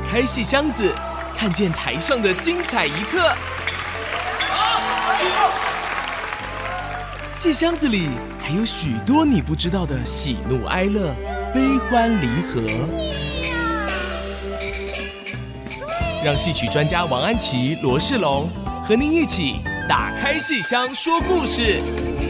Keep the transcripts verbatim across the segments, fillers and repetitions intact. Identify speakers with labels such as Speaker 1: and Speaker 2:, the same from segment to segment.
Speaker 1: 开戏箱子，看见台上的精彩一刻。戏箱子里还有许多你不知道的喜怒哀乐、悲欢离合。让戏曲专家王安琪、罗世龙和您一起打开戏箱说故事。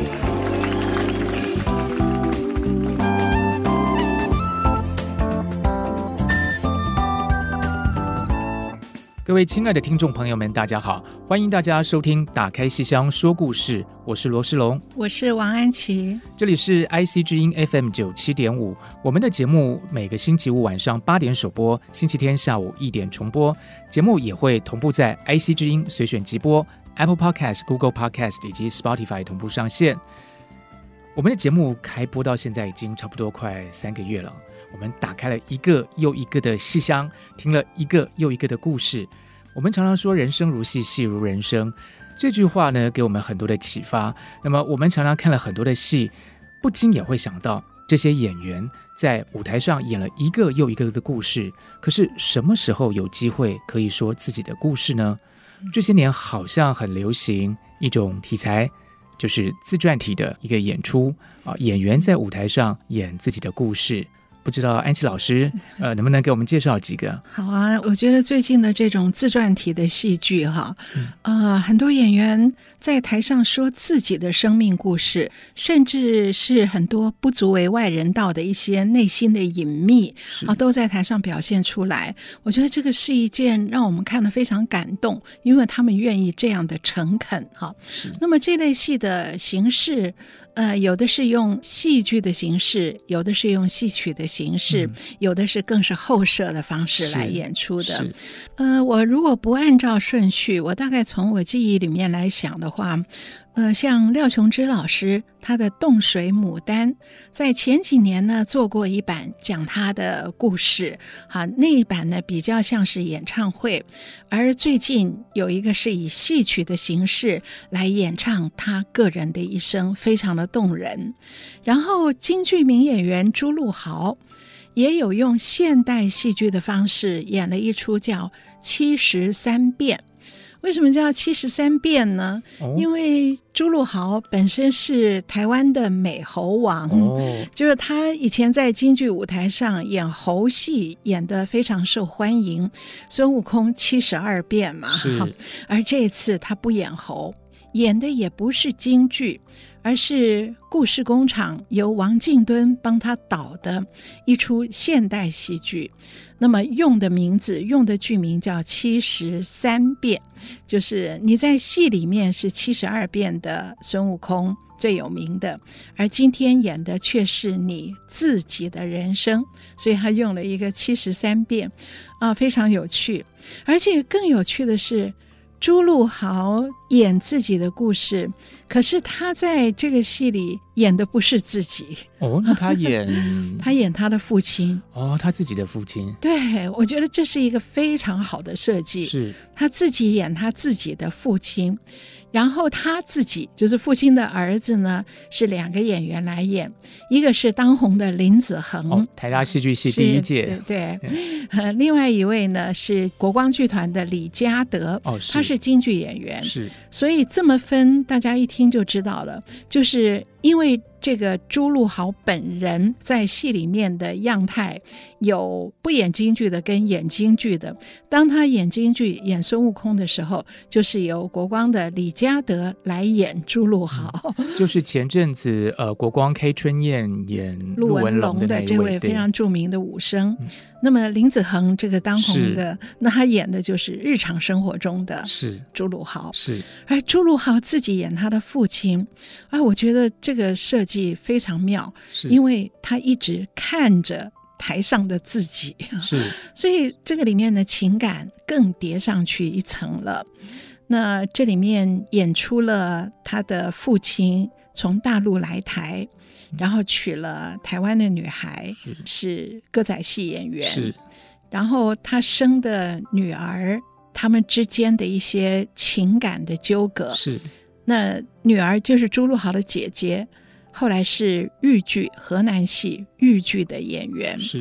Speaker 2: 各位亲爱的听众朋友们，大家好，欢迎大家收听打开戏箱说故事，我是罗世龙，
Speaker 3: 我是王安琪，
Speaker 2: 这里是 I C 之音 F M 九十七点五， 我们的节目每个星期五晚上八点首播，星期天下午一点重播，节目也会同步在 I C 之音随选直播、 Apple Podcast、Google Podcast 以及 Spotify 同步上线。我们的节目开播到现在已经差不多快三个月了，我们打开了一个又一个的戏箱，听了一个又一个的故事。我们常常说人生如戏，戏如人生，这句话呢给我们很多的启发。那么我们常常看了很多的戏，不禁也会想到这些演员在舞台上演了一个又一个的故事，可是什么时候有机会可以说自己的故事呢？这些年好像很流行一种题材，就是自传体的一个演出啊，演员在舞台上演自己的故事。不知道安琪老师呃，能不能给我们介绍几个？
Speaker 3: 好啊，我觉得最近的这种自传体的戏剧哈，呃，很多演员在台上说自己的生命故事，甚至是很多不足为外人道的一些内心的隐秘啊，都在台上表现出来。我觉得这个是一件让我们看得非常感动，因为他们愿意这样的诚恳哈。那么这类戏的形式，呃，有的是用戏剧的形式，有的是用戏曲的形式，嗯、有的是更是后设的方式来演出的。呃，我如果不按照顺序，我大概从我记忆里面来想的话，呃，像廖琼枝老师他的《冻水牡丹》，在前几年呢做过一版讲他的故事，好，那一版呢比较像是演唱会，而最近有一个是以戏曲的形式来演唱他个人的一生，非常的动人。然后京剧名演员朱陆豪也有用现代戏剧的方式演了一出叫《七十三变》。为什么叫七十三变呢？哦、因为朱陆豪本身是台湾的美猴王，哦、就是他以前在京剧舞台上演猴戏演得非常受欢迎，孙悟空七十二变嘛，而这次他不演猴，演的也不是京剧，而是故事工厂由王敬敦帮他导的一出现代戏剧。那么用的名字用的剧名叫七十三变，就是你在戏里面是七十二变的孙悟空最有名的，而今天演的却是你自己的人生，所以他用了一个七十三变啊，非常有趣。而且更有趣的是，朱陆豪演自己的故事，可是他在这个戏里演的不是自己
Speaker 2: 哦，那他演
Speaker 3: 他演他的父亲
Speaker 2: 哦，他自己的父亲。
Speaker 3: 对，我觉得这是一个非常好的设计，是他自己演他自己的父亲，然后他自己就是父亲的儿子呢，是两个演员来演，一个是当红的林子恒，
Speaker 2: 哦、台大戏剧系第一届，
Speaker 3: 对对、呃，另外一位呢是国光剧团的李嘉德，哦、是他是京剧演员，是，所以这么分，大家一听就知道了，就是因为这个朱陆豪本人在戏里面的样态有不演京剧的跟演京剧的，当他演京剧演孙悟空的时候，就是由国光的李嘉德来演朱陆豪、
Speaker 2: 嗯、就是前阵子呃国光 K 春燕演
Speaker 3: 陆文龙的这位非常著名的武生、嗯、那么林子恒这个当红的，那他演的就是日常生活中的朱陆豪，是，而朱陆豪自己演他的父亲啊，我觉得这个设计非常妙，因为他一直看着台上的自己，是，所以这个里面的情感更叠上去一层了。那这里面演出了他的父亲从大陆来台，然后娶了台湾的女孩，是, 是歌仔戏演员，是，然后他生的女儿，他们之间的一些情感的纠葛，是，那女儿就是朱陆豪的姐姐，后来是豫剧河南戏豫剧的演员，是，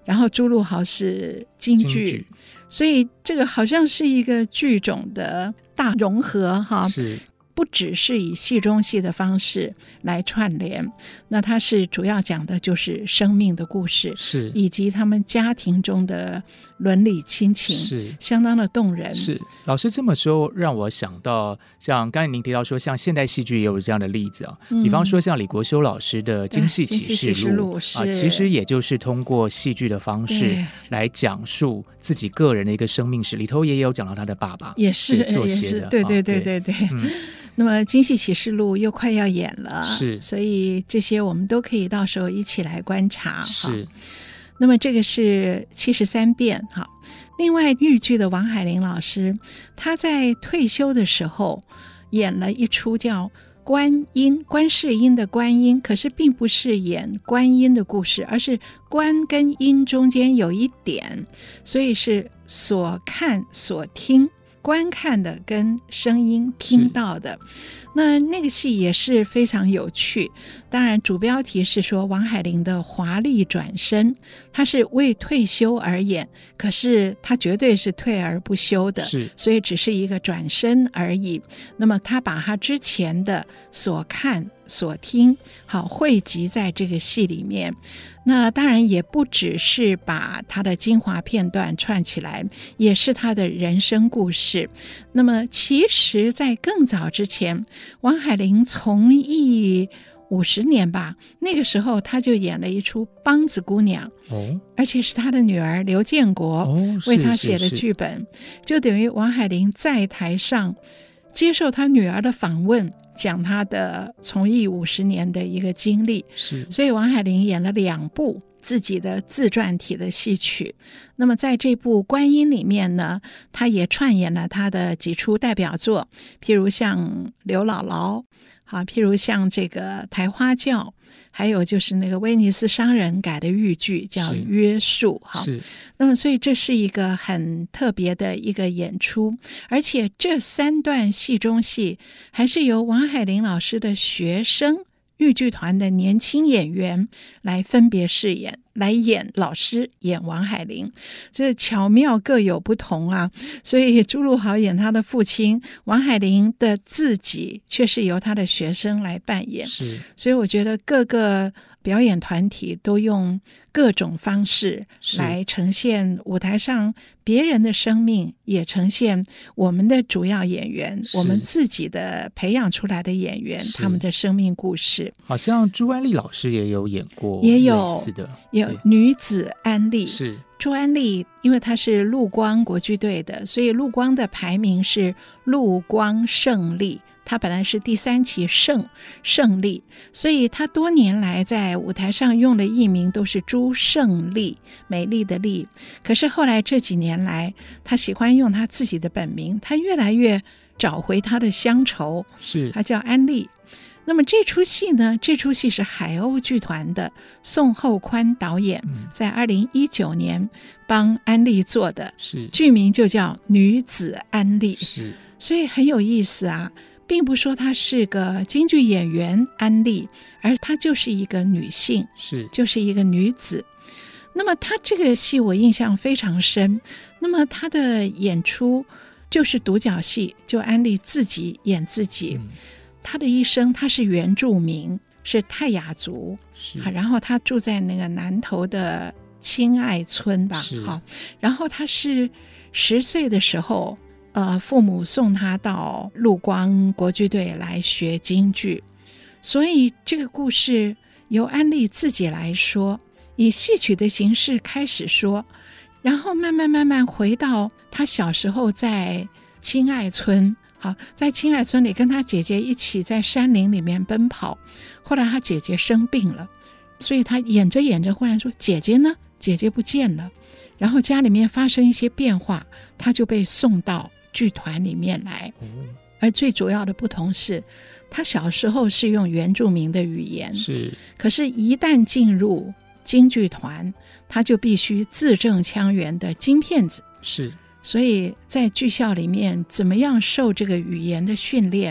Speaker 3: 然后朱陆豪是京剧，
Speaker 2: 京剧
Speaker 3: 所以这个好像是一个剧种的大融合哈，
Speaker 2: 是
Speaker 3: 不只是以戏中戏的方式来串联，那它是主要讲的就是生命的故事，
Speaker 2: 是
Speaker 3: 以及他们家庭中的伦理亲情，
Speaker 2: 是
Speaker 3: 相当的动人。
Speaker 2: 是老师这么说，让我想到像刚才您提到说，像现代戏剧也有这样的例子啊，
Speaker 3: 嗯、
Speaker 2: 比方说像李国修老师的《京戏启示录》啊，其实也就是通过戏剧的方式来讲述自己个人的一个生命史，里头也有讲到他的爸爸
Speaker 3: 也是
Speaker 2: 作协的，
Speaker 3: 对对对对对。啊嗯那么《京戏启示录》又快要演了，
Speaker 2: 是，
Speaker 3: 所以这些我们都可以到时候一起来观察。
Speaker 2: 是，
Speaker 3: 那么这个是七十三变哈。另外，豫剧的王海玲老师，他在退休的时候演了一出叫观音，观世音的观音，可是并不是演观音的故事，而是观跟音中间有一点，所以是所看所听。观看的跟声音听到的，那那个戏也是非常有趣。当然主标题是说王海玲的华丽转身，她是为退休而演，可是她绝对是退而不休的，
Speaker 2: 是，
Speaker 3: 所以只是一个转身而已。那么她把她之前的所看所听好汇集在这个戏里面，那当然也不只是把他的精华片段串起来，也是他的人生故事。那么其实在更早之前，王海玲从艺五十年吧，那个时候他就演了一出《梆子姑娘》，哦，而且是他的女儿刘建国、哦、为他写的剧本，就等于王海玲在台上接受他女儿的访问，讲他的从艺五十年的一个经历，
Speaker 2: 是，
Speaker 3: 所以王海玲演了两部自己的自传体的戏曲。那么在这部《观音》里面呢，他也串演了他的几出代表作，譬如像刘姥姥，好，譬如像这个抬花轿，还有就是那个威尼斯商人改的豫剧叫约束。好，那么所以这是一个很特别的一个演出，而且这三段戏中戏还是由王海玲老师的学生豫剧团的年轻演员来分别饰演，来演老师，演王海玲，这巧妙各有不同啊。所以朱陆豪演他的父亲，王海玲的自己却是由他的学生来扮演。
Speaker 2: 是，
Speaker 3: 所以我觉得各个表演团体都用各种方式来呈现舞台上别人的生命，也呈现我们的主要演员，我们自己的培养出来的演员他们的生命故事。
Speaker 2: 好像朱安丽老师也有演过
Speaker 3: 也有
Speaker 2: 类似的，
Speaker 3: 有女子安丽，
Speaker 2: 是
Speaker 3: 朱安丽，因为她是陆光国剧队的，所以陆光的排名是陆光胜利，他本来是第三期胜胜利，所以他多年来在舞台上用的艺名都是朱胜利，美丽的丽。可是后来这几年来，他喜欢用他自己的本名，他越来越找回他的乡愁，
Speaker 2: 是
Speaker 3: 他叫安丽。那么这出戏呢，这出戏是海鸥剧团的宋厚宽导演在二零一九年帮安丽做的，
Speaker 2: 是
Speaker 3: 剧名就叫女子安丽，
Speaker 2: 是，
Speaker 3: 所以很有意思啊，并不说她是个京剧演员安丽，而她就是一个女性，
Speaker 2: 是
Speaker 3: 就是一个女子。那么她这个戏我印象非常深，那么她的演出就是独角戏，就安丽自己演自己。嗯，他的一生，他是原住民，是泰雅族，然后他住在那个南投的亲爱村吧，好，然后他是十岁的时候，呃，父母送他到陆光国剧队来学京剧，所以这个故事由安丽自己来说，以戏曲的形式开始说，然后慢慢慢慢回到他小时候在亲爱村。好，在亲爱村里跟他姐姐一起在山林里面奔跑，后来他姐姐生病了，所以他演着演着忽然说姐姐呢？姐姐不见了，然后家里面发生一些变化，他就被送到剧团里面来。而最主要的不同是，他小时候是用原住民的语言，
Speaker 2: 是，
Speaker 3: 可是一旦进入京剧团，他就必须字正腔圆的京片子，
Speaker 2: 是，
Speaker 3: 所以在剧校里面怎么样受这个语言的训练，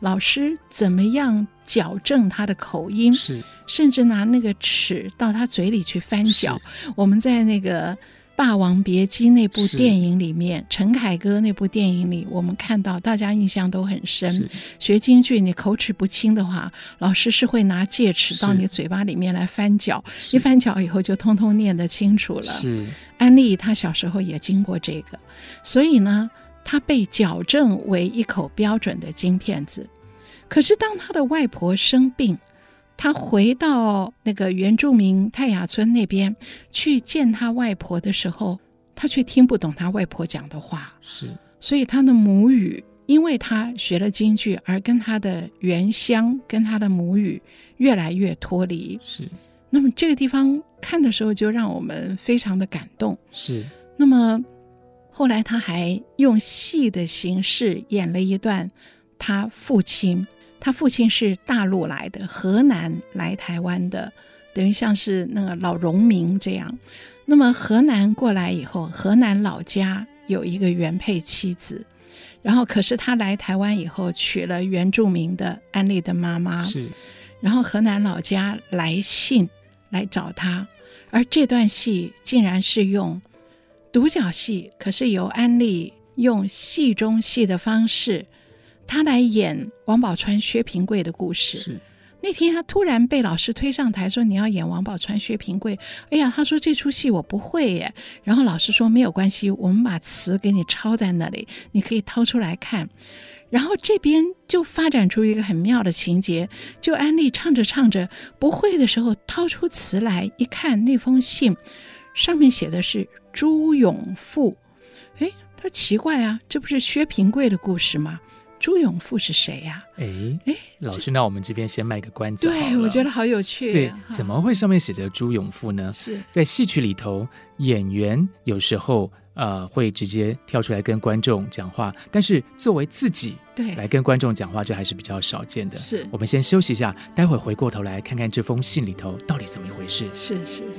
Speaker 3: 老师怎么样矫正他的口音，
Speaker 2: 是
Speaker 3: 甚至拿那个尺到他嘴里去翻搅。我们在那个霸王别姬那部电影里面，陈凯歌那部电影里，我们看到大家印象都很深。学京剧你口齿不清的话，老师是会拿戒尺到你嘴巴里面来翻搅，一翻搅以后就通通念得清楚了。是安丽她小时候也经过这个，所以呢她被矫正为一口标准的京片子。可是当她的外婆生病，他回到那个原住民泰雅村那边去见他外婆的时候，他却听不懂他外婆讲的话，是，所以他的母语，因为他学了京剧而跟他的原乡跟他的母语越来越脱离。是，那么这个地方看的时候就让我们非常的感动。是，那么后来他还用戏的形式演了一段他父亲，他父亲是大陆来的，河南来台湾的，等于像是那个老农民这样。那么河南过来以后，河南老家有一个原配妻子，然后可是他来台湾以后娶了原住民的安丽的妈妈，是，然后河南老家来信来找他，而这段戏竟然是用独角戏，可是由安丽用戏中戏的方式他来演王宝钏薛平贵的故事。是，那天他突然被老师推上台说你要演王宝钏薛平贵，哎呀，他说这出戏我不会耶，然后老师说没有关系，我们把词给你抄在那里，你可以掏出来看。然后这边就发展出一个很妙的情节，就安丽唱着唱着不会的时候掏出词来一看，那封信上面写的是朱永富。哎，他说奇怪啊，这不是薛平贵的故事吗？朱永富是谁呀、啊？哎哎，
Speaker 2: 老师，那我们这边先卖个关子好了。
Speaker 3: 对，我觉得好有趣。
Speaker 2: 对，怎么会上面写着朱永富呢？是在戏曲里头，演员有时候呃会直接跳出来跟观众讲话，但是作为自己对来跟观众讲话，这还是比较少见的。是，我们先休息一下，待会回过头来看看这封信里头到底怎么一回事。
Speaker 3: 是是是。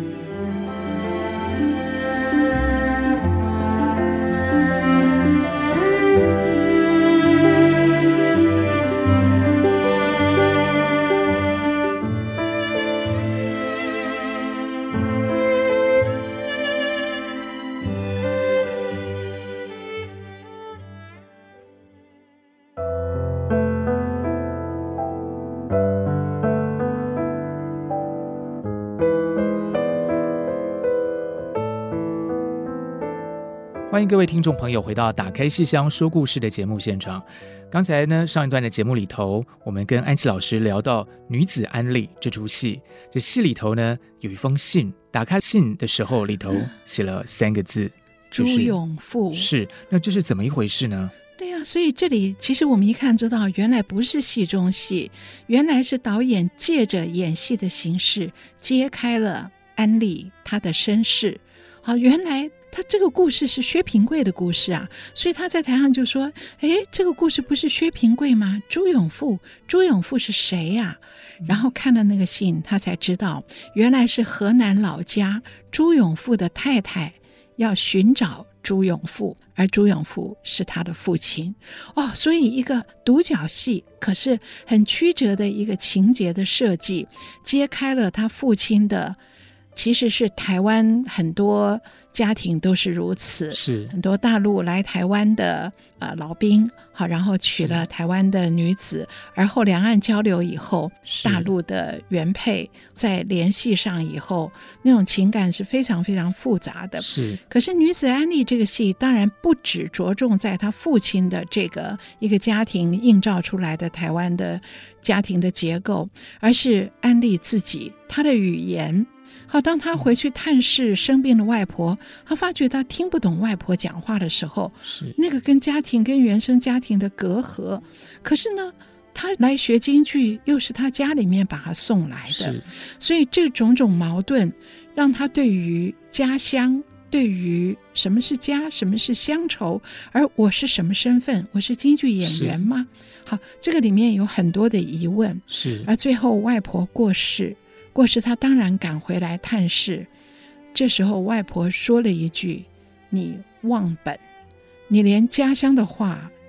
Speaker 2: 欢迎各位听众朋友回到打开戏箱说故事的节目现场。刚才呢，上一段的节目里头，我们跟安琪老师聊到女子安丽这出戏，这戏里头呢有一封信，打开信的时候里头写了三个字，
Speaker 3: 朱永富。
Speaker 2: 是，那这是怎么一回事呢？
Speaker 3: 对呀、啊，所以这里其实我们一看知道，原来不是戏中戏，原来是导演借着演戏的形式揭开了安丽她的身世。好，原来他这个故事是薛平贵的故事啊，所以他在台上就说，诶，这个故事不是薛平贵吗？朱永富，朱永富是谁呀、啊？然后看了那个信，他才知道原来是河南老家朱永富的太太要寻找朱永富，而朱永富是他的父亲。哦，所以一个独角戏，可是很曲折的一个情节的设计，揭开了他父亲的，其实是台湾很多家庭都是如此，是很多大陆来台湾的呃老兵，好，然后娶了台湾的女子，而后两岸交流以后，大陆的原配在联系上以后，那种情感是非常非常复杂的。是，可是女子安丽这个戏当然不只着重在她父亲的这个一个家庭映照出来的台湾的家庭的结构，而是安丽自己她的语言。好，当他回去探视生病的外婆，他发觉他听不懂外婆讲话的时候，是那个跟家庭跟原生家庭的隔阂。可是呢，他来学京剧又是他家里面把他送来的，所以这种种矛盾让他对于家乡，对于什么是家，什么是乡愁，而我是什么身份，我是京剧演员吗？好，这个里面有很多的疑问。是，而最后外婆过世过世他当然赶回来探视，这时候外婆说了一句，你忘本，你连家乡的话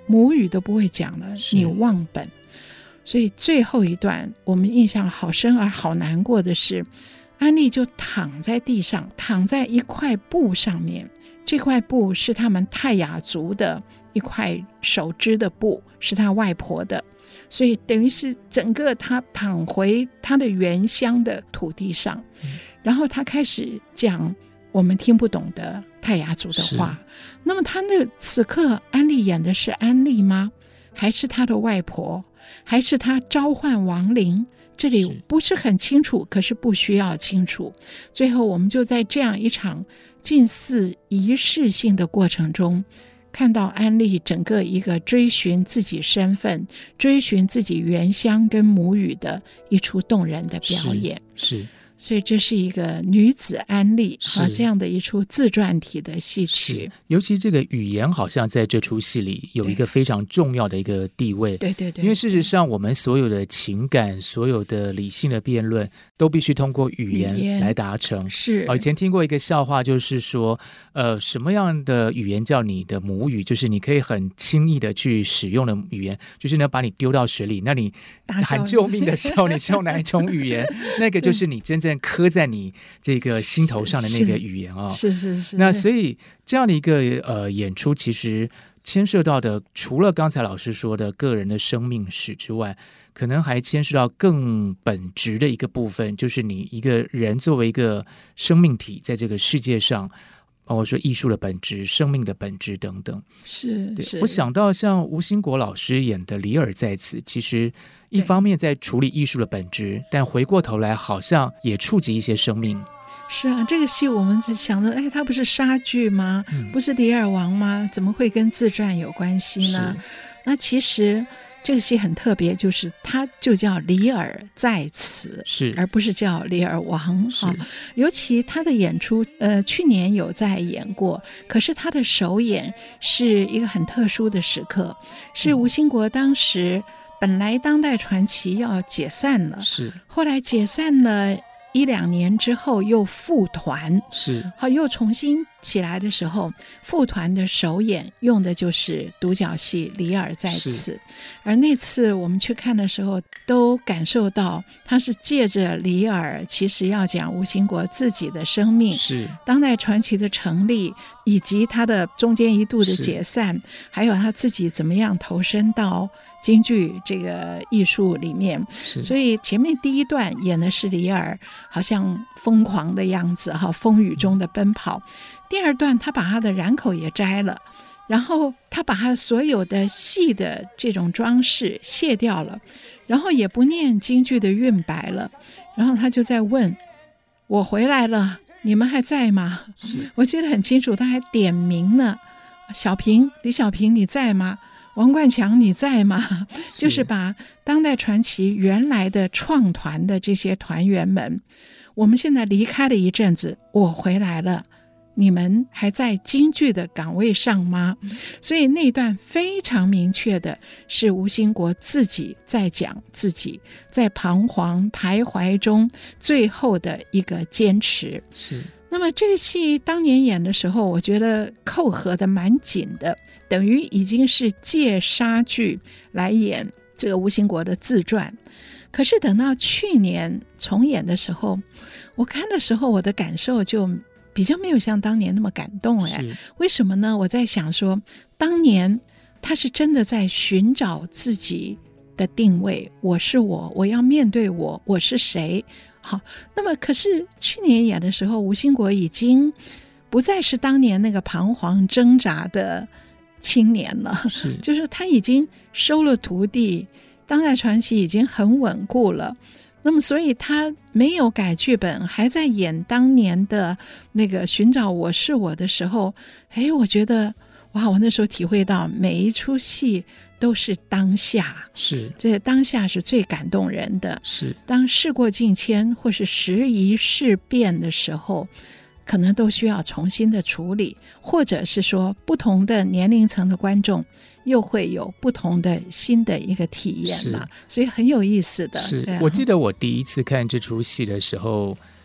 Speaker 3: 母语都不会讲了，你忘本。所以最后一段我们印象好深而好难过的是，安丽就躺在地上，躺在一块布上面，这块布是他们泰雅族的一块手织的布，是他外婆的，所以等于是整个他躺回他的原乡的土地上、嗯、然后他开始讲我们听不懂的泰雅族的话。那么他那此刻安丽演的是安丽吗？还是他的外婆？还是他召唤亡灵？这里不是很清楚，可是不需要清楚。最后我们就在这样一场近似仪式性的过程中，看到安丽整个一个追寻自己身份、追寻自己原乡跟母语的一出动人的表演。
Speaker 2: 是，是
Speaker 3: 所以这是一个女子安丽啊这样的一出自传体的戏曲。
Speaker 2: 尤其这个语言好像在这出戏里有一个非常重要的一个地位。
Speaker 3: 对对对，
Speaker 2: 因为事实上我们所有的情感、所有的理性的辩论都必须通过语言来达成。
Speaker 3: 是、
Speaker 2: 哦、以前听过一个笑话，就是说呃，什么样的语言叫你的母语，就是你可以很轻易的去使用的语言，就是呢把你丢到水里，那你喊救命的时候你是用哪一种语言那个就是你真正刻在你这个心头上的那个语言、哦、
Speaker 3: 是是 是, 是
Speaker 2: 那所以这样的一个呃演出其实牵涉到的除了刚才老师说的个人的生命史之外，可能还牵涉到更本质的一个部分，就是你一个人作为一个生命体在这个世界上，包括说艺术的本质、生命的本质等等。
Speaker 3: 是是，
Speaker 2: 我想到像吴兴国老师演的《李尔在此》，其实一方面在处理艺术的本质，但回过头来好像也触及一些生命。
Speaker 3: 是啊，这个戏我们只想着，哎，它不是莎剧吗、嗯、不是李尔王吗？怎么会跟自传有关系呢？那其实这个戏很特别，就是它就叫李尔在此，
Speaker 2: 是
Speaker 3: 而不是叫李尔王、啊、尤其他的演出呃，去年有在演过，可是他的首演是一个很特殊的时刻，是吴兴国当时本来当代传奇要解散了，
Speaker 2: 是
Speaker 3: 后来解散了一两年之后又复团，
Speaker 2: 是
Speaker 3: 好又重新起来的时候，复团的首演用的就是独角戏《李尔在此》，而那次我们去看的时候都感受到他是借着李尔其实要讲吴兴国自己的生命，
Speaker 2: 是
Speaker 3: 当代传奇的成立，以及他的中间一度的解散，还有他自己怎么样投身到京剧这个艺术里面。所以前面第一段演的是李尔好像疯狂的样子，风雨中的奔跑，第二段他把他的髯口也摘了，然后他把他所有的戏的这种装饰卸掉了，然后也不念京剧的韵白了，然后他就在问，我回来了，你们还在吗？我记得很清楚，他还点名呢，小平，李小平你在吗？王冠强你在吗？就是把当代传奇原来的创团的这些团员们，我们现在离开了一阵子，我回来了，你们还在京剧的岗位上吗？所以那段非常明确的是吴兴国自己在讲自己在彷徨徘徊中最后的一个坚持。
Speaker 2: 是。
Speaker 3: 那么这个戏当年演的时候，我觉得扣合的蛮紧的，等于已经是借莎剧来演这个吴兴国的自传。可是等到去年重演的时候，我看的时候我的感受就比较没有像当年那么感动。哎，为什么呢？我在想说，当年他是真的在寻找自己的定位，我是我，我要面对我，我是谁。好，那么可是去年演的时候，吴兴国已经不再是当年那个彷徨挣扎的青年了，
Speaker 2: 是
Speaker 3: 就是他已经收了徒弟，当代传奇已经很稳固了，那么所以他没有改剧本，还在演当年的那个寻找我是我的时候，哎，我觉得哇，我那时候体会到每一出戏都是当下，
Speaker 2: 是
Speaker 3: 这当下是最感动人的。
Speaker 2: 是
Speaker 3: 当事过境迁或是时移世变的时候，可能都需要重新的处理，或者是说不同的年龄层的观众又会有不同的新的一个体验了，所以很有意思的。
Speaker 2: 是，我记得我第一次看这出戏的时候，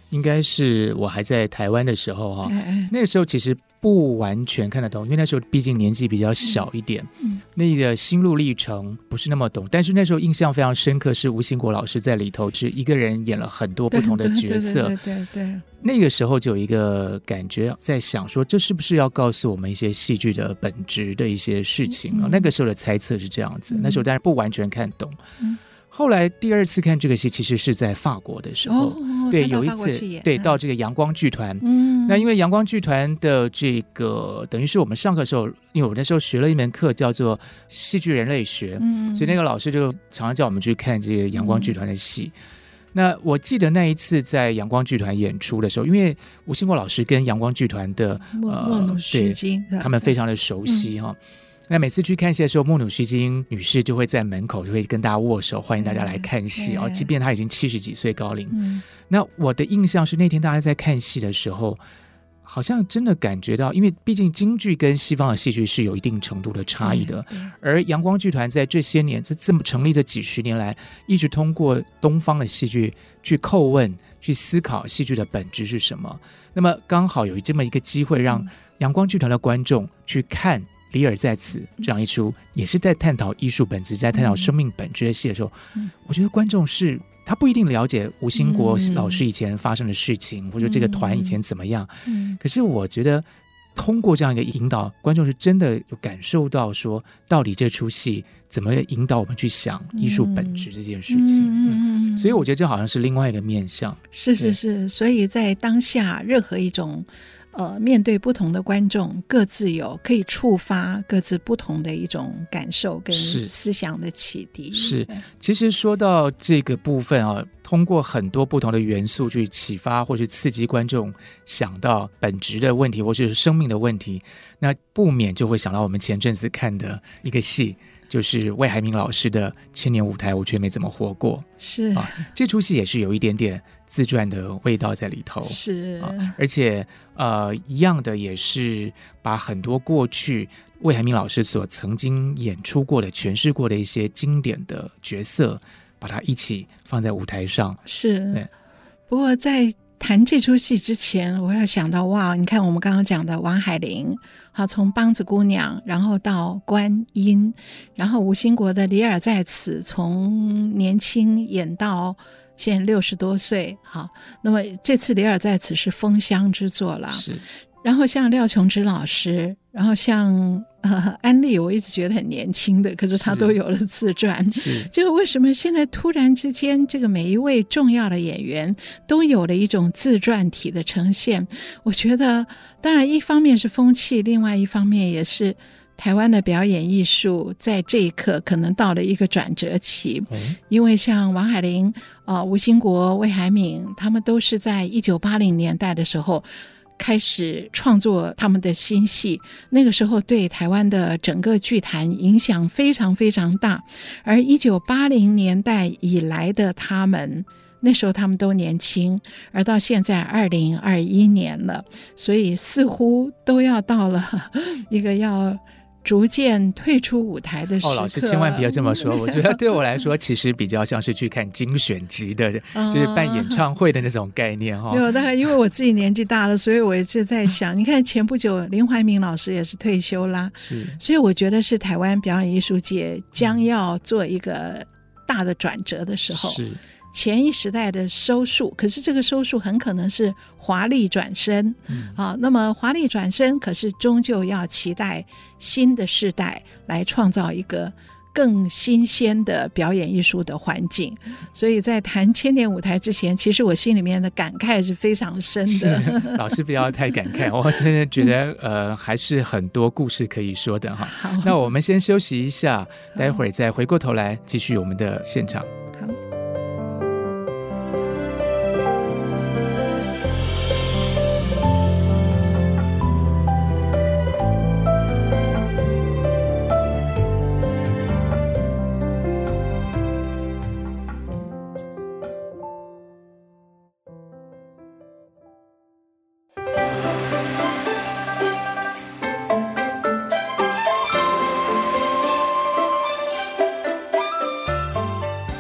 Speaker 2: 应该是我还在台湾的时候哈、
Speaker 3: 哎，
Speaker 2: 那个时候其实不完全看得懂，因为那时候毕竟年纪比较小一点，
Speaker 3: 嗯，
Speaker 2: 那个心路历程不是那么懂。但是那时候印象非常深刻，是吴兴国老师在里头是一个人演了很多不同的角色，
Speaker 3: 对对对对对。
Speaker 2: 那个时候就有一个感觉，在想说这是不是要告诉我们一些戏剧的本质的一些事情啊、嗯？那个时候的猜测是这样子，嗯、那时候当然不完全看懂。嗯，后来第二次看这个戏，其实是在法国的时候，
Speaker 3: 哦、
Speaker 2: 对，有一次对到这个阳光剧团，嗯，那因为阳光剧团的这个等于是我们上课的时候，因为我那时候学了一门课叫做戏剧人类学，嗯，所以那个老师就常常叫我们去看这个阳光剧团的戏。嗯，那我记得那一次在阳光剧团演出的时候，因为吴兴国老师跟阳光剧团的
Speaker 3: 莫努须金，
Speaker 2: 他们非常的熟悉哈、嗯。那每次去看戏的时候，莫努须金女士就会在门口就会跟大家握手，欢迎大家来看戏哦。即便她已经七十几岁高龄、嗯，那我的印象是那天大家在看戏的时候，好像真的感觉到，因为毕竟京剧跟西方的戏剧是有一定程度的差异的，而阳光剧团在这些年这这么成立这几十年来，一直通过东方的戏剧去叩问、去思考戏剧的本质是什么。那么刚好有这么一个机会，让阳光剧团的观众去看《李尔在此》这样一出，也是在探讨艺术本质、在探讨生命本质的戏的时候，我觉得观众是。他不一定了解吴兴国老师以前发生的事情、嗯、或者这个团以前怎么样、嗯、可是我觉得通过这样一个引导，观众是真的有感受到说到底这出戏怎么引导我们去想艺术本质这件事情、嗯嗯、所以我觉得这好像是另外一个面向。
Speaker 3: 是是是，所以在当下任何一种呃，面对不同的观众，各自有可以触发各自不同的一种感受跟思想的启迪。
Speaker 2: 是，其实说到这个部分啊，通过很多不同的元素去启发或是刺激观众想到本质的问题或是生命的问题，那不免就会想到我们前阵子看的一个戏，就是魏海敏老师的《千年舞台我却没怎么活过》。
Speaker 3: 是啊，
Speaker 2: 这出戏也是有一点点自传的味道在里头。
Speaker 3: 是
Speaker 2: 啊，而且呃，一样的也是把很多过去魏海敏老师所曾经演出过的、诠释过的一些经典的角色，把它一起放在舞台上。
Speaker 3: 是，不过在谈这出戏之前，我要想到哇，你看我们刚刚讲的王海玲，好，从梆子姑娘，然后到观音，然后吴兴国的《李尔在此》，从年轻演到现在六十多岁，好，那么这次《李尔在此》是封箱之作了，
Speaker 2: 是。
Speaker 3: 然后像廖琼之老师，然后像呃安利，我一直觉得很年轻的，可是他都有了自传。
Speaker 2: 是，
Speaker 3: 就为什么现在突然之间，这个每一位重要的演员都有了一种自传体的呈现？我觉得，当然一方面是风气，另外一方面也是台湾的表演艺术在这一刻可能到了一个转折期。嗯、因为像王海玲、呃、吴兴国、魏海敏，他们都是在一九八零年代的时候开始创作他们的新戏，那个时候对台湾的整个剧坛影响非常非常大。而一九八零年代以来的他们，那时候他们都年轻，而到现在二零二一年了，所以似乎都要到了一个要逐渐退出舞台的时刻。
Speaker 2: 哦，老师千万不要这么说，我觉得对我来说其实比较像是去看精选集的就是办演唱会的那种概念、哦、
Speaker 3: 没有，大概因为我自己年纪大了，所以我一直在想你看前不久林怀民老师也是退休啦，
Speaker 2: 是，
Speaker 3: 所以我觉得是台湾表演艺术界将要做一个大的转折的时候，
Speaker 2: 是
Speaker 3: 前一时代的收束，可是这个收束很可能是华丽转身、嗯啊、那么华丽转身可是终究要期待新的世代来创造一个更新鲜的表演艺术的环境。所以在谈千年舞台之前，其实我心里面的感慨是非常深的。
Speaker 2: 老师不要太感慨，我真的觉得呃还是很多故事可以说的哈。那我们先休息一下，待会儿再回过头来继续我们的现场。
Speaker 3: 好，
Speaker 2: 欢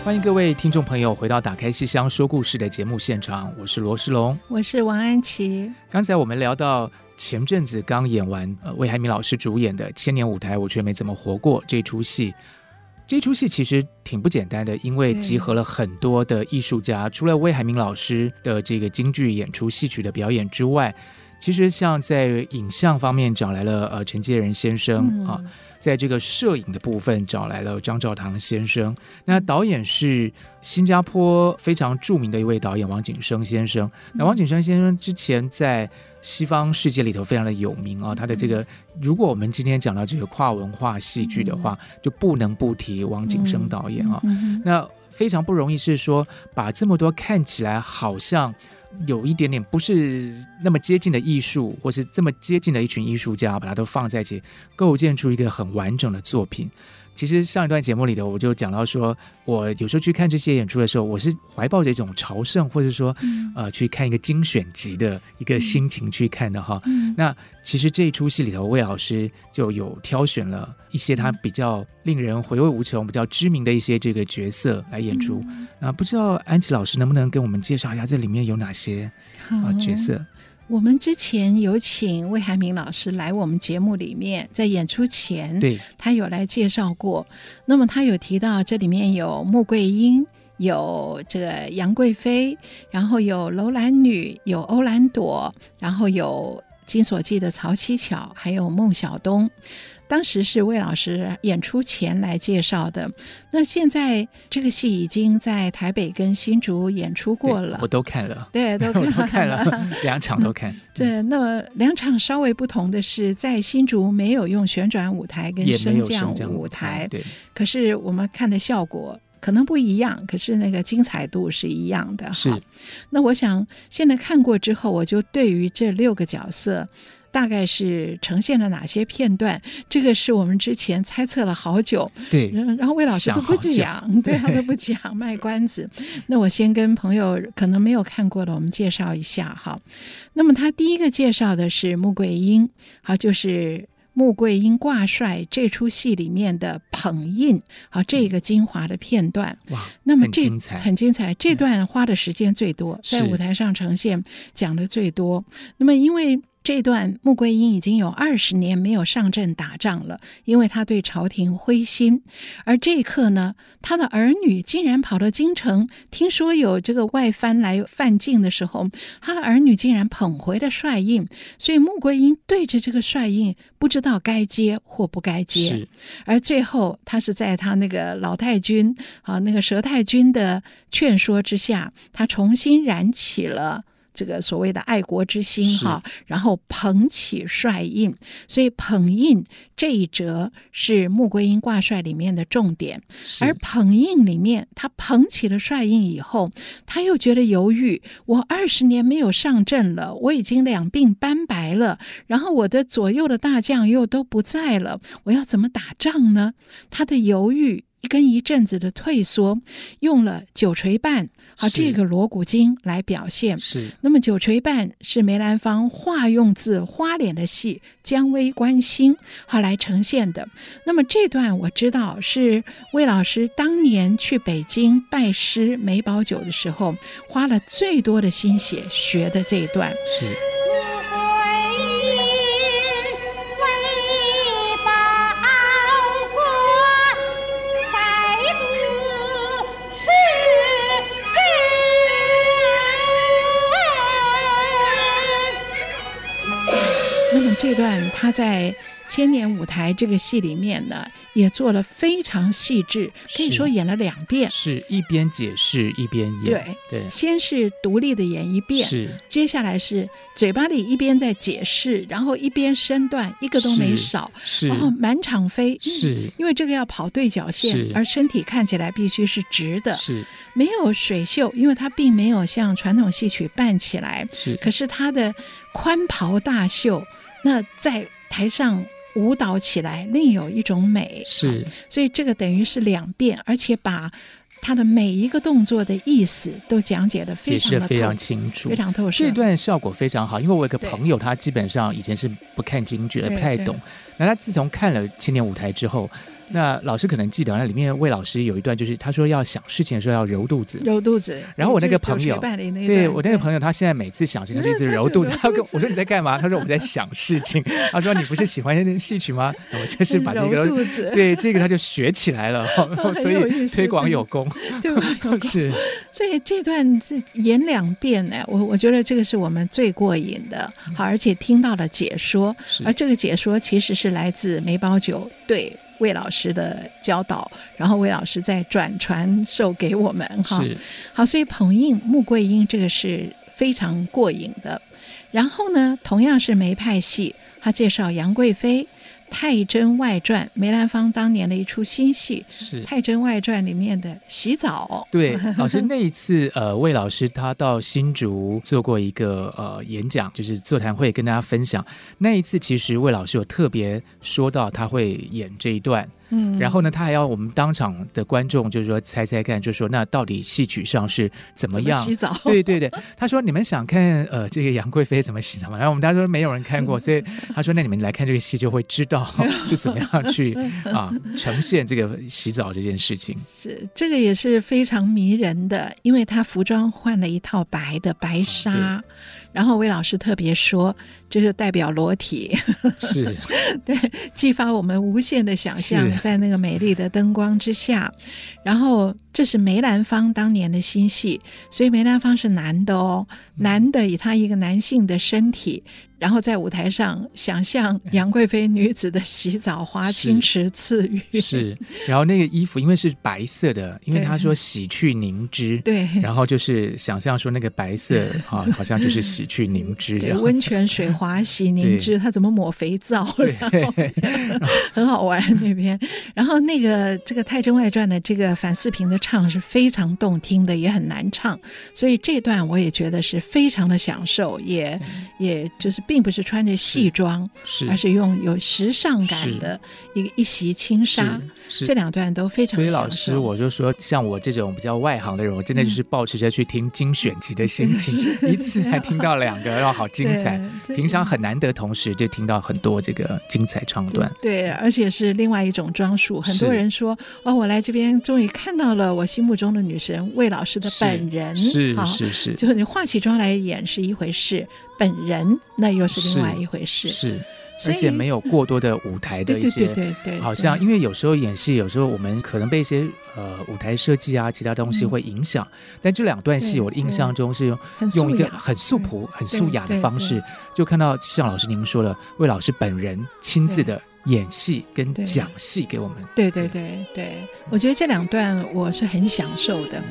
Speaker 2: 欢迎各位听众朋友回到打开戏箱说故事的节目现场，我是罗世龙，
Speaker 3: 我是王安琪。
Speaker 2: 刚才我们聊到前阵子刚演完呃魏海敏老师主演的千年舞台我却没怎么活过这出戏，这出戏其实挺不简单的，因为集合了很多的艺术家，除了魏海敏老师的这个京剧演出戏曲的表演之外，其实像在影像方面找来了呃陈介仁先生、嗯、啊，在这个摄影的部分找来了张兆堂先生，那导演是新加坡非常著名的一位导演王景生先生。那王景生先生之前在西方世界里头非常的有名啊，他的这个如果我们今天讲到这个跨文化戏剧的话，就不能不提王景生导演啊。那非常不容易是说把这么多看起来好像有一点点不是那么接近的艺术，或是这么接近的一群艺术家，把它都放在一起，构建出一个很完整的作品。其实上一段节目里头我就讲到说，我有时候去看这些演出的时候，我是怀抱着一种朝圣，或者说、嗯、呃去看一个精选集的一个心情去看的哈、嗯。那其实这一出戏里头，魏老师就有挑选了一些他比较令人回味无穷、比较知名的一些这个角色来演出。嗯、啊，不知道安琪老师能不能跟我们介绍一下这里面有哪些啊角色？
Speaker 3: 我们之前有请魏海敏老师来我们节目里面，在演出前对他有来介绍过，那么他有提到这里面有穆桂英，有这个杨贵妃，然后有楼兰女，有欧兰朵，然后有金锁记的曹七巧，还有孟小冬。当时是魏老师演出前来介绍的，那现在这个戏已经在台北跟新竹演出过了，
Speaker 2: 我都看了，
Speaker 3: 对，都看了，
Speaker 2: 我都看了两场都看。
Speaker 3: 对，那两场稍微不同的是，在新竹没有用旋转舞台跟升降舞台，对，可是我们看的效果可能不一样，可是那个精彩度是一样的。
Speaker 2: 是，
Speaker 3: 那我想现在看过之后，我就对于这六个角色大概是呈现了哪些片段，这个是我们之前猜测了好久，
Speaker 2: 对，
Speaker 3: 然后魏老师都不讲，对，他都不讲，卖关子。那我先跟朋友可能没有看过的我们介绍一下哈。那么他第一个介绍的是穆桂英，好，就是穆桂英挂帅这出戏里面的捧印，好，这个精华的片段。
Speaker 2: 哇，
Speaker 3: 那么这
Speaker 2: 很精彩，
Speaker 3: 很精彩，这段花的时间最多，在舞台上呈现讲的最多。那么因为这段穆桂英已经有二十年没有上阵打仗了，因为他对朝廷灰心。而这一刻呢，他的儿女竟然跑到京城，听说有这个外藩来犯境的时候，他的儿女竟然捧回了帅印，所以穆桂英对着这个帅印不知道该接或不该接。而最后他是在他那个老太君啊，那个佘太君的劝说之下，他重新燃起了这个所谓的爱国之心哈，然后捧起帅印，所以捧印这一折是穆桂英挂帅里面的重点。而捧印里面，他捧起了帅印以后，他又觉得犹豫，我二十年没有上阵了，我已经两鬓斑白了，然后我的左右的大将又都不在了，我要怎么打仗呢？他的犹豫跟一阵子的退缩，用了九锤半好这个锣鼓经来表现。
Speaker 2: 是，
Speaker 3: 那么九锤半是梅兰芳化用自花脸的戏《姜维观心》好来呈现的。那么这段我知道是魏老师当年去北京拜师梅葆玖的时候花了最多的心血学的这一段。
Speaker 2: 是。
Speaker 3: 这段他在千年舞台这个戏里面呢，也做了非常细致，可以说演了两遍，
Speaker 2: 是一边解释一边演。
Speaker 3: 对对，先是独立的演一遍，
Speaker 2: 是接
Speaker 3: 下来是嘴巴里一边在解释，然后一边身段，一个都没少，
Speaker 2: 是，
Speaker 3: 然后满场飞，
Speaker 2: 是、嗯、
Speaker 3: 因为这个要跑对角线，而身体看起来必须是直的，
Speaker 2: 是
Speaker 3: 没有水袖，因为它并没有像传统戏曲扮起来，
Speaker 2: 是，
Speaker 3: 可是它的宽袍大袖，那在台上舞蹈起来另有一种美，
Speaker 2: 是，
Speaker 3: 所以这个等于是两遍，而且把他的每一个动作的意思都讲解得非常的透，
Speaker 2: 解释得非常清楚，
Speaker 3: 非常透彻。
Speaker 2: 这段效果非常好，因为我有个朋友，他基本上以前是不看京剧的，不太懂。那他自从看了千年舞台之后， 那老师可能记得，那里面魏老师有一段，就是他说要想事情的时候要揉肚子，
Speaker 3: 揉肚子。
Speaker 2: 然后我那个朋友，
Speaker 3: 那
Speaker 2: 对我那个朋友，他现在每次想事情，他就一直揉肚子。他跟我说你在干嘛？他说我在想事情。他说你不是喜欢戏曲吗？我就是把这个
Speaker 3: 揉肚子，
Speaker 2: 对这个他就学起来了，哦、所以推广有功，
Speaker 3: 对吧？
Speaker 2: 是。
Speaker 3: 所以这段是演两遍呢，我我觉得这个是我们最过瘾的。好，而且听到了解说，而这个解说其实是来自梅葆玖对魏老师的教导，然后魏老师再转传授给我们哈。好，所以捧印穆桂英这个是非常过瘾的。然后呢，同样是梅派戏，他介绍杨贵妃《太真外传》，梅兰芳当年的一出新戏，是《太真外传》里面的洗澡。
Speaker 2: 对，老师那一次，呃，魏老师他到新竹做过一个呃演讲，就是座谈会，跟大家分享。那一次，其实魏老师有特别说到他会演这一段。嗯，然后呢，他还要我们当场的观众就是说猜猜看，就说那到底戏曲上是怎么样
Speaker 3: 怎么洗澡？
Speaker 2: 对对对，他说你们想看呃这个杨贵妃怎么洗澡吗？然后我们大家说没有人看过，所以他说那你们来看这个戏就会知道是怎么样去啊呈现这个洗澡这件事情。
Speaker 3: 是这个也是非常迷人的，因为他服装换了一套白的白纱。啊然后魏老师特别说，这是代表裸体，
Speaker 2: 是
Speaker 3: 对，激发我们无限的想象，在那个美丽的灯光之下。然后这是梅兰芳当年的新戏，所以梅兰芳是男的哦，男的以他一个男性的身体，然后在舞台上想象杨贵妃女子的洗澡，华清池赐予。
Speaker 2: 是，然后那个衣服因为是白色的，因为他说洗去凝脂，
Speaker 3: 对，
Speaker 2: 然后就是想象说那个白色啊，好像就是洗去凝脂，
Speaker 3: 对，温泉水滑洗凝脂，他怎么抹肥皂？很好玩那边。然后那个这个《太真外传》的这个反四平的唱是非常动听的，也很难唱，所以这段我也觉得是非常的享受，也、嗯、也就是并不是穿着戏装，而是用有时尚感的一个一袭轻纱，这两段都非常享受。
Speaker 2: 所以老师我就说，像我这种比较外行的人，我真的就是抱持着去听精选集的心情，嗯、一次还听到两个，然后好精彩，平常很难得同时就听到很多这个精彩唱段。
Speaker 3: 对，而且是另外一种装束。很多人说，哦，我来这边终于看到了我心目中的女神魏老师的本人。
Speaker 2: 是是 是, 是，
Speaker 3: 就是你化起妆来演是一回事，本人那又是另外一回事。
Speaker 2: 是。而且没有过多的舞台的一些，
Speaker 3: 对对对对对，
Speaker 2: 好像因为有时候演戏，有时候我们可能被一些呃舞台设计啊，其他东西会影响。嗯、但这两段戏，我的印象中是用用一个很素朴、很素雅的方式，就看到像老师您说了，魏老师本人亲自的演戏跟讲戏给我们。
Speaker 3: 对对对对，我觉得这两段我是很享受的。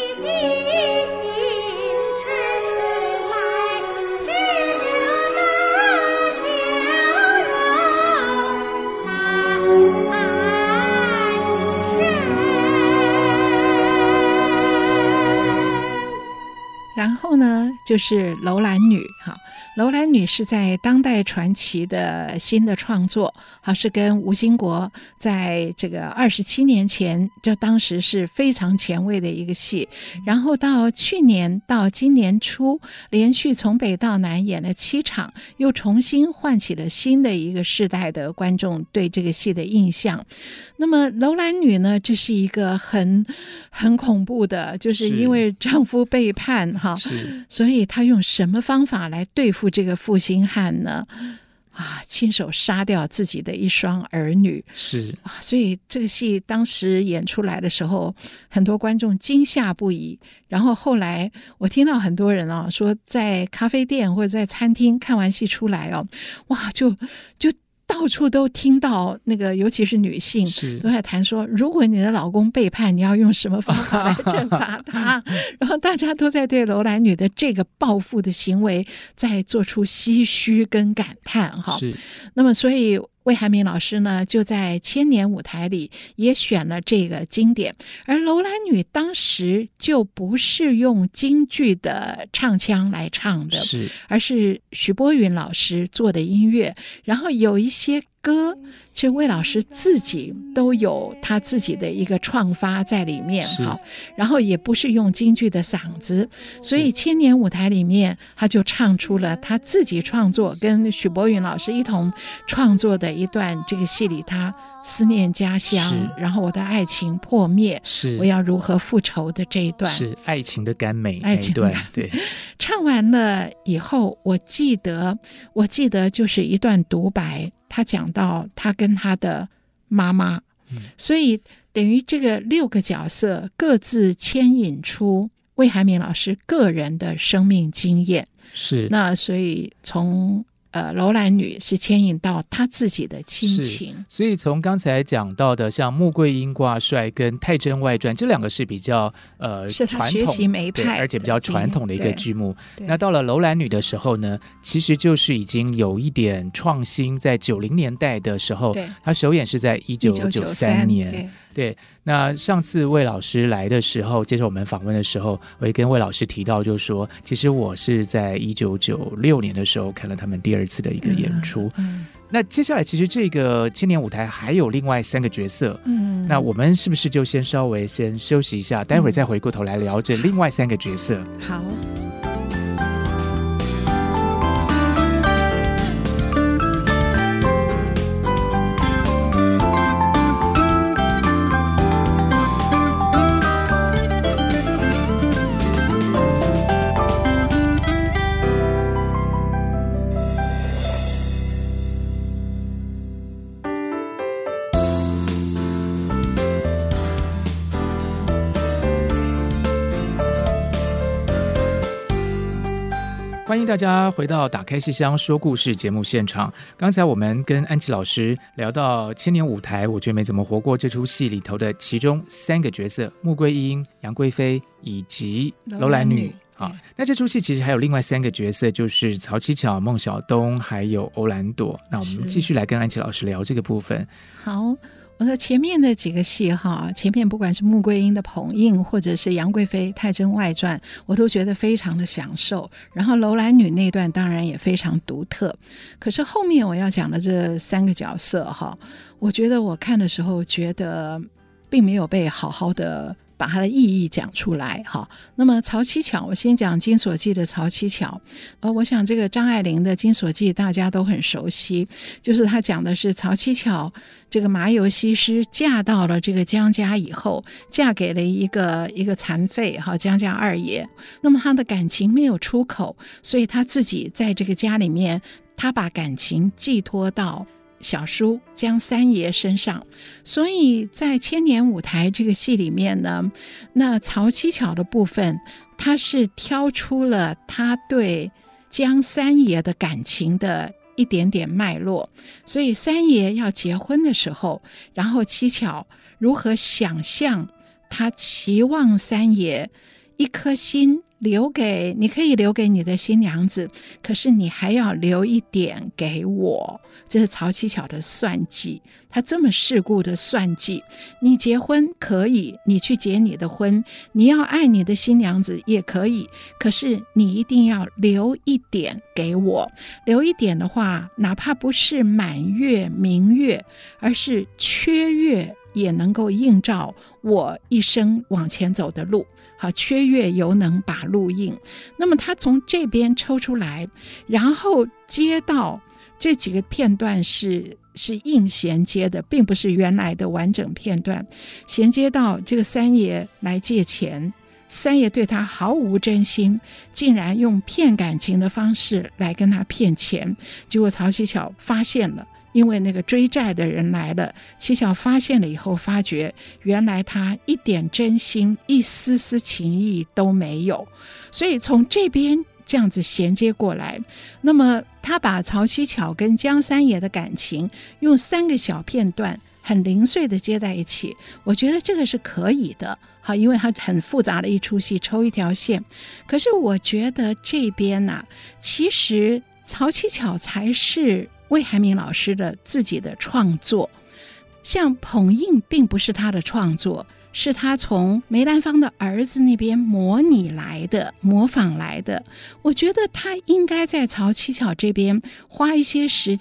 Speaker 3: 然后呢，就是楼兰女哈。楼兰女是在当代传奇的新的创作，好，是跟吴兴国在这个二十七年前，就当时是非常前卫的一个戏，然后到去年到今年初，连续从北到南演了七场，又重新唤起了新的一个世代的观众对这个戏的印象。那么楼兰女呢，这是一个很很恐怖的，就是因为丈夫背叛哈，所以她用什么方法来对付这个负心汉呢？啊，亲手杀掉自己的一双儿女，
Speaker 2: 是
Speaker 3: 啊，所以这个戏当时演出来的时候，很多观众惊吓不已。然后后来我听到很多人啊说，在咖啡店或者在餐厅看完戏出来哦，哇，就就。到处都听到那个，尤其是女性都在谈说，如果你的老公背叛，你要用什么方法来惩罚他？然后大家都在对楼兰女的这个报复的行为在做出唏嘘跟感叹哈。那么所以魏海敏老师呢，就在千年舞台里也选了这个经典，而楼兰女当时就不是用京剧的唱腔来唱的，
Speaker 2: 是而
Speaker 3: 是许波云老师做的音乐，然后有一些歌其实魏老师自己都有他自己的一个创发在里面，好，然后也不是用京剧的嗓子，所以千年舞台里面他就唱出了他自己创作跟许伯允老师一同创作的一段这个戏里他思念家乡，然后我的爱情破灭，是我要如何复仇的这一段，
Speaker 2: 是爱情的甘美，
Speaker 3: 爱情的甘美，对。唱完了以后，我记得我记得就是一段独白，他讲到他跟他的妈妈、嗯、所以等于这个六个角色各自牵引出魏海敏老师个人的生命经验，
Speaker 2: 是
Speaker 3: 那所以从呃，楼兰女是牵引到她自己的亲情，
Speaker 2: 所以从刚才讲到的像穆桂英挂帅跟太真外传这两个是比较呃
Speaker 3: 是她学习梅派，
Speaker 2: 而且比较传统的一个剧目。那到了楼兰女的时候呢，其实就是已经有一点创新，在九零年代的时候，她首演是在一九九三年。对对，那上次魏老师来的时候，接受我们访问的时候，我也跟魏老师提到，就是说，其实我是在一九九六年的时候看了他们第二次的一个演出。嗯嗯、那接下来，其实这个千年舞台还有另外三个角色，嗯，那我们是不是就先稍微先休息一下，待会儿再回过头来聊这另外三个角色？
Speaker 3: 嗯、好。
Speaker 2: 欢迎大家回到打开戏箱说故事节目现场。刚才我们跟安琪老师聊到千年舞台我觉得没怎么活过这出戏里头的其中三个角色，穆桂英、杨贵妃以及楼兰女。好，那这出戏其实还有另外三个角色，就是曹七巧、孟小冬还有欧兰朵。那我们继续来跟安琪老师聊这个部分。
Speaker 3: 好，我说前面的几个戏哈，前面不管是穆桂英的捧印，或者是杨贵妃太真外传，我都觉得非常的享受。然后楼兰女那段当然也非常独特。可是后面我要讲的这三个角色哈，我觉得我看的时候觉得并没有被好好的把它的意义讲出来哈。那么曹七巧，我先讲《金锁记》的曹七巧。呃，我想这个张爱玲的《金锁记》大家都很熟悉，就是她讲的是曹七巧这个麻油西施嫁到了这个江家以后，嫁给了一个一个残废哈江家二爷。那么她的感情没有出口，所以她自己在这个家里面，她把感情寄托到小叔江三爷身上。所以在千年舞台这个戏里面呢，那曹七巧的部分他是挑出了他对江三爷的感情的一点点脉络。所以三爷要结婚的时候，然后七巧如何想象他期望三爷一颗心留给你，可以留给你的新娘子，可是你还要留一点给我。这是曹七巧的算计，他这么世故的算计。你结婚可以，你去结你的婚，你要爱你的新娘子也可以，可是你一定要留一点给我。留一点的话，哪怕不是满月明月，而是缺月也能够映照我一生往前走的路。好，缺月犹能把路映。那么他从这边抽出来，然后接到这几个片段是是硬衔接的，并不是原来的完整片段。衔接到这个三爷来借钱，三爷对他毫无真心，竟然用骗感情的方式来跟他骗钱。结果曹七巧发现了，因为那个追债的人来了，七巧发现了以后，发觉原来他一点真心一丝丝情意都没有。所以从这边这样子衔接过来，那么他把曹七巧跟江三爷的感情用三个小片段很零碎的接在一起，我觉得这个是可以的。好，因为它很复杂的一出戏，抽一条线。可是我觉得这边啊，其实曹七巧才是魏海敏老师的自己的创作。像捧印并不是他的创作，是他从梅兰芳的儿子那边模拟来的，模仿来的。我觉得他应该在曹七巧这边花一些时间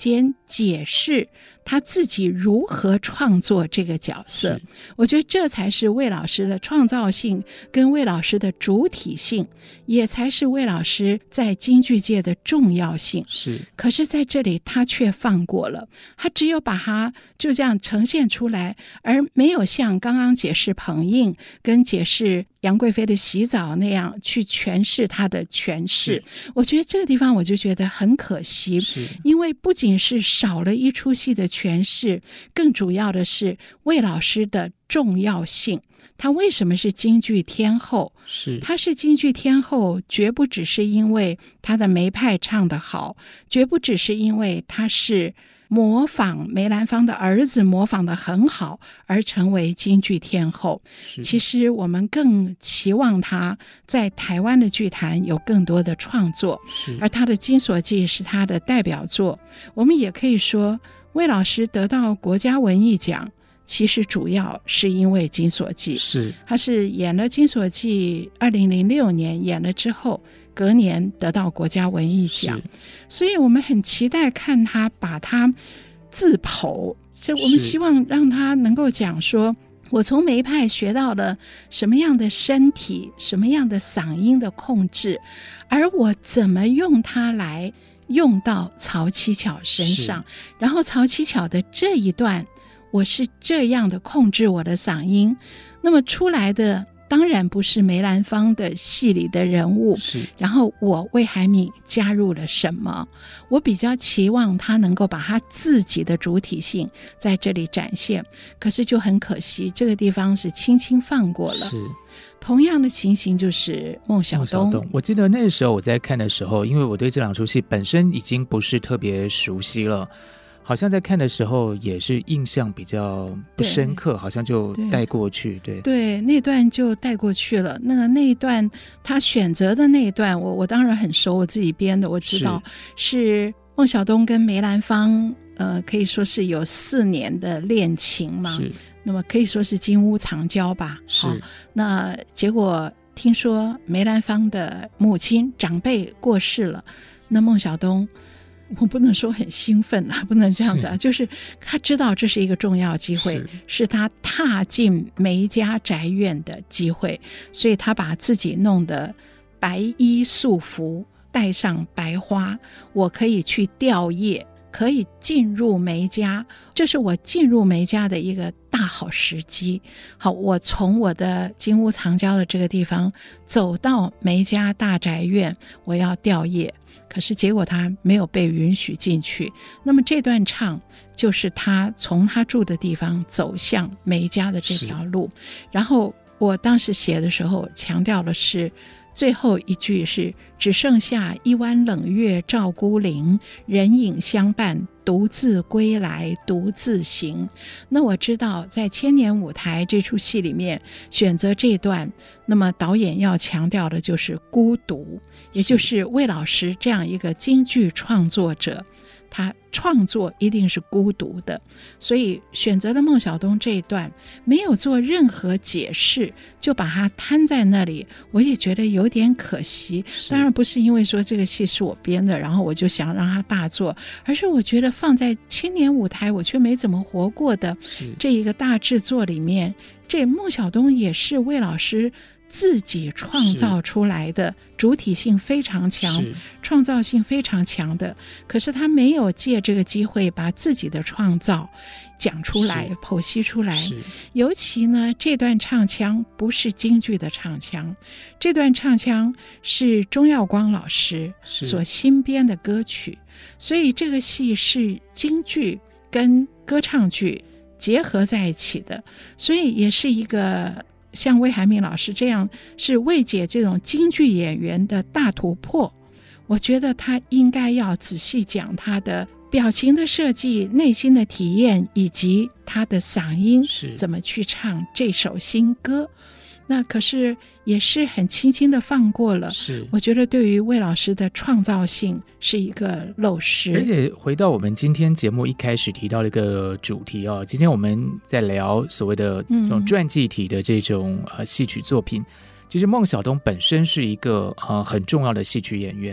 Speaker 3: 解释他自己如何创作这个角色。我觉得这才是魏老师的创造性跟魏老师的主体性，也才是魏老师在京剧界的重要性。
Speaker 2: 是，
Speaker 3: 可是在这里他却放过了，他只有把它就这样呈现出来，而没有像刚刚解释彭映跟解释杨贵妃的洗澡那样去诠释他的诠释。我觉得这个地方我就觉得很可惜，因为不仅是少了一出戏的诠释，更主要的是魏老师的重要性。他为什么是京剧天后？
Speaker 2: 是，
Speaker 3: 他是京剧天后，绝不只是因为他的梅派唱得好，绝不只是因为他是模仿梅兰芳的儿子模仿得很好而成为京剧天后。其实我们更期望他在台湾的剧坛有更多的创作，而他的《金锁记》是他的代表作。我们也可以说魏老师得到国家文艺奖其实主要是因为《金锁记》，
Speaker 2: 是
Speaker 3: 他是演了《金锁记》二零零六年演了之后，隔年得到国家文艺奖，所以我们很期待看他把他自剖，就我们希望让他能够讲说，我从梅派学到了什么样的身体，什么样的嗓音的控制，而我怎么用它来用到曹七巧身上，然后曹七巧的这一段我是这样的控制我的嗓音，那么出来的当然不是梅兰芳的戏里的人物，
Speaker 2: 是，
Speaker 3: 然后我魏海敏加入了什么？我比较期望他能够把他自己的主体性在这里展现，可是就很可惜，这个地方是轻轻放过了。
Speaker 2: 是，
Speaker 3: 同样的情形就是孟小冬。
Speaker 2: 我记得那时候我在看的时候，因为我对这两出戏本身已经不是特别熟悉了，好像在看的时候也是印象比较不深刻，好像就带过去。对 对,
Speaker 3: 对，那段就带过去了。那个那一段他选择的那一段，我我当然很熟，我自己编的，我知道 是, 是孟小冬跟梅兰芳，呃，可以说是有四年的恋情嘛。
Speaker 2: 是，
Speaker 3: 那么可以说是金屋藏娇吧。
Speaker 2: 是，
Speaker 3: 哦，那结果听说梅兰芳的母亲长辈过世了，那孟小冬，我不能说很兴奋啦，不能这样子啊，是就是他知道这是一个重要机会， 是, 是他踏进梅家宅院的机会，所以他把自己弄得白衣素服，带上白花，我可以去吊唁，可以进入梅家，这是我进入梅家的一个大好时机。好，我从我的金屋藏娇的这个地方走到梅家大宅院，我要吊唁，可是结果他没有被允许进去。那么这段唱就是他从他住的地方走向梅家的这条路，然后我当时写的时候强调的是最后一句是只剩下一弯冷月照孤零，人影相伴独自归来独自行。那我知道在千年舞台这出戏里面选择这段，那么导演要强调的就是孤独，也就是魏老师这样一个京剧创作者，他创作一定是孤独的，所以选择了孟小冬这一段，没有做任何解释，就把它摊在那里，我也觉得有点可惜。当然不是因为说这个戏是我编的，然后我就想让它大做，而是我觉得放在千年舞台我却没怎么活过的这一个大制作里面，这孟小冬也是魏老师自己创造出来的，主体性非常强，创造性非常强的，可是他没有借这个机会把自己的创造讲出来剖析出来。尤其呢这段唱腔不是京剧的唱腔，这段唱腔是钟耀光老师所新编的歌曲，所以这个戏是京剧跟歌唱剧结合在一起的，所以也是一个像魏海敏老师这样是魏姐这种京剧演员的大突破。我觉得他应该要仔细讲他的表情的设计、内心的体验，以及他的嗓音怎么去唱这首新歌。那可是也是很轻轻的放过了，是我觉得对于魏老师的创造性是一个漏失。
Speaker 2: 而且回到我们今天节目一开始提到了一个主题哦，今天我们在聊所谓的这种传记体的这种、呃、戏曲作品。其实孟小冬本身是一个、呃、很重要的戏曲演员，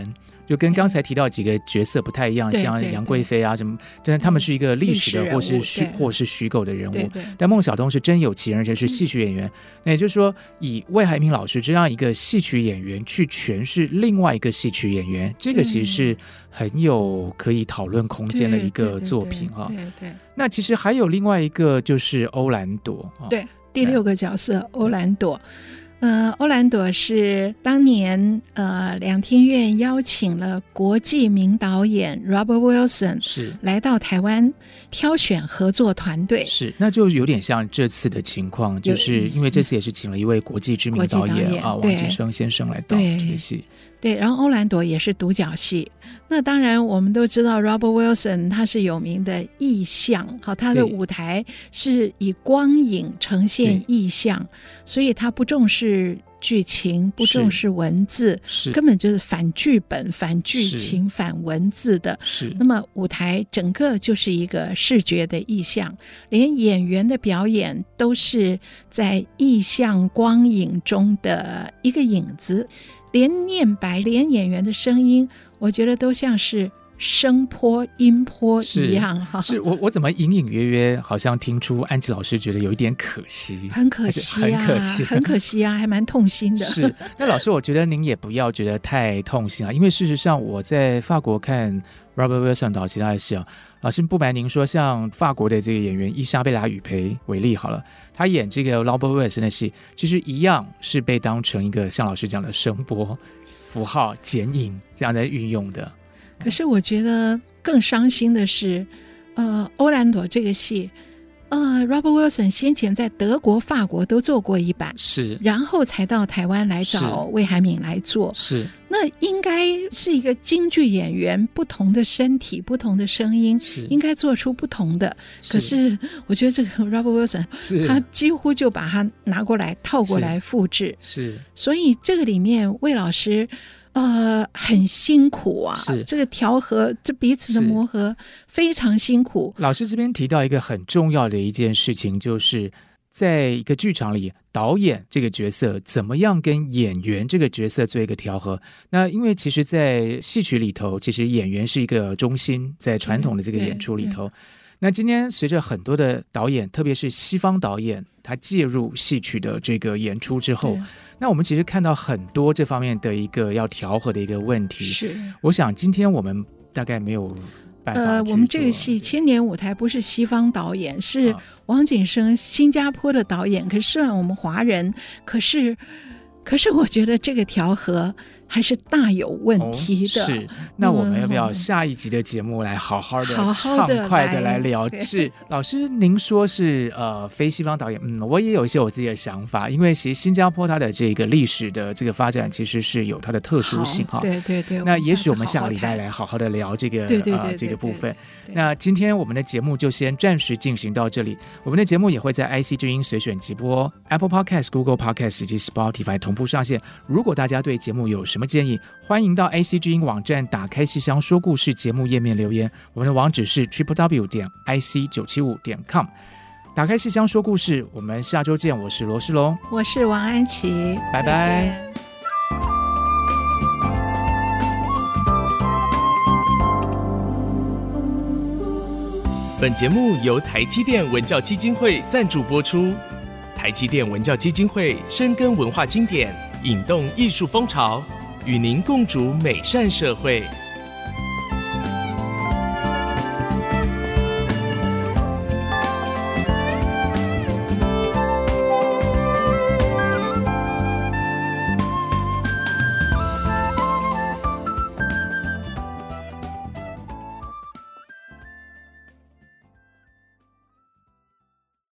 Speaker 2: 就跟刚才提到几个角色不太一样，像杨贵妃啊什么，但是他们是一个历史的或是虚或是虚构的人物。
Speaker 3: 对对，
Speaker 2: 但孟小冬是真有其人，而且是戏曲演员。嗯、那也就是说，以魏海敏老师这样一个戏曲演员去诠释另外一个戏曲演员，这个其实是很有可以讨论空间的一个作品哈。
Speaker 3: 对 对, 对, 对, 对。
Speaker 2: 那其实还有另外一个就是欧兰朵。
Speaker 3: 对，第六个角色欧兰朵。呃，欧兰朵是当年呃两厅院邀请了国际名导演 Robert Wilson
Speaker 2: 是
Speaker 3: 来到台湾挑选合作团队，
Speaker 2: 是那就有点像这次的情况，就是因为这次也是请了一位国际知名导演, 导演啊王景生先生来导这个戏。
Speaker 3: 对，然后欧兰朵也是独角戏。那当然我们都知道 Robert Wilson 他是有名的意象，好，他的舞台是以光影呈现意象，所以他不重视剧情，不重视文字，根本就是反剧本、反剧情、反文字的。
Speaker 2: 是，
Speaker 3: 那么舞台整个就是一个视觉的意象，连演员的表演都是在意象光影中的一个影子，连念白连演员的声音我觉得都像是声波音波一样哈。
Speaker 2: 是我我怎么隐隐约约好像听出安琪老师觉得有一点可惜，
Speaker 3: 很可惜啊，很可惜，很可惜啊，还蛮痛心的。
Speaker 2: 是，那老师我觉得您也不要觉得太痛心啊，因为事实上我在法国看 Robert Wilson 导其他的戏啊，老师不瞒您说，像法国的这个演员伊莎贝拉·雨培为例好了，他演这个 Robert Wilson 的戏，其实一样是被当成一个像老师讲的声波符号剪影这样在运用的。
Speaker 3: 可是我觉得更伤心的是，呃，欧兰朵这个戏，呃 ，Robert Wilson 先前在德国、法国都做过一版，
Speaker 2: 是，
Speaker 3: 然后才到台湾来找魏海敏来做，
Speaker 2: 是。
Speaker 3: 那应该是一个京剧演员，不同的身体、不同的声音，应该做出不同的。可是我觉得这个 Robert Wilson， 他几乎就把它拿过来、套过来复制，
Speaker 2: 是。
Speaker 3: 所以这个里面，魏老师。呃，很辛苦啊！这个调和，这彼此的磨合非常辛苦。
Speaker 2: 老师这边提到一个很重要的一件事情，就是在一个剧场里，导演这个角色怎么样跟演员这个角色做一个调和。那因为其实在戏曲里头，其实演员是一个中心，在传统的这个演出里头。那今天随着很多的导演，特别是西方导演，他介入戏曲的这个演出之后，那我们其实看到很多这方面的一个要调和的一个问题。
Speaker 3: 是，
Speaker 2: 我想今天我们大概没有办法。
Speaker 3: 呃，我们这个戏《千年舞台》不是西方导演，是王景生新加坡的导演，可是虽然我们华人，可是可是我觉得这个调和还是大有问题的。
Speaker 2: 哦、是，那我们要不要下一集的节目来好好的、畅快的来聊？是，老师您说是呃非西方导演，嗯，我也有一些我自己的想法，因为其实新加坡它的这个历史的这个发展其实是有它的特殊性哈。
Speaker 3: 对对对。
Speaker 2: 那也许我们下个礼拜来好好的聊这个呃这个部分。那今天我们的节目就先暂时进行到这里，我们的节目也会在 I C 之音随选直播、Apple Podcast、Google Podcast 以及 Spotify 同步上线。如果大家对节目有什么建议，欢迎到 I C 之音网站打开戏箱说故事节目页面留言，我们的网址是 triple w 点 i c 九七五点 com。 打开戏箱说故事，我们下周见。我是罗仕龙，
Speaker 3: 我是王安琪，
Speaker 2: 拜拜。
Speaker 1: 本节目由台积电文教基金会赞助播出。台积电文教基金会深耕文化经典，引动艺术风潮，与您共筑美善社会。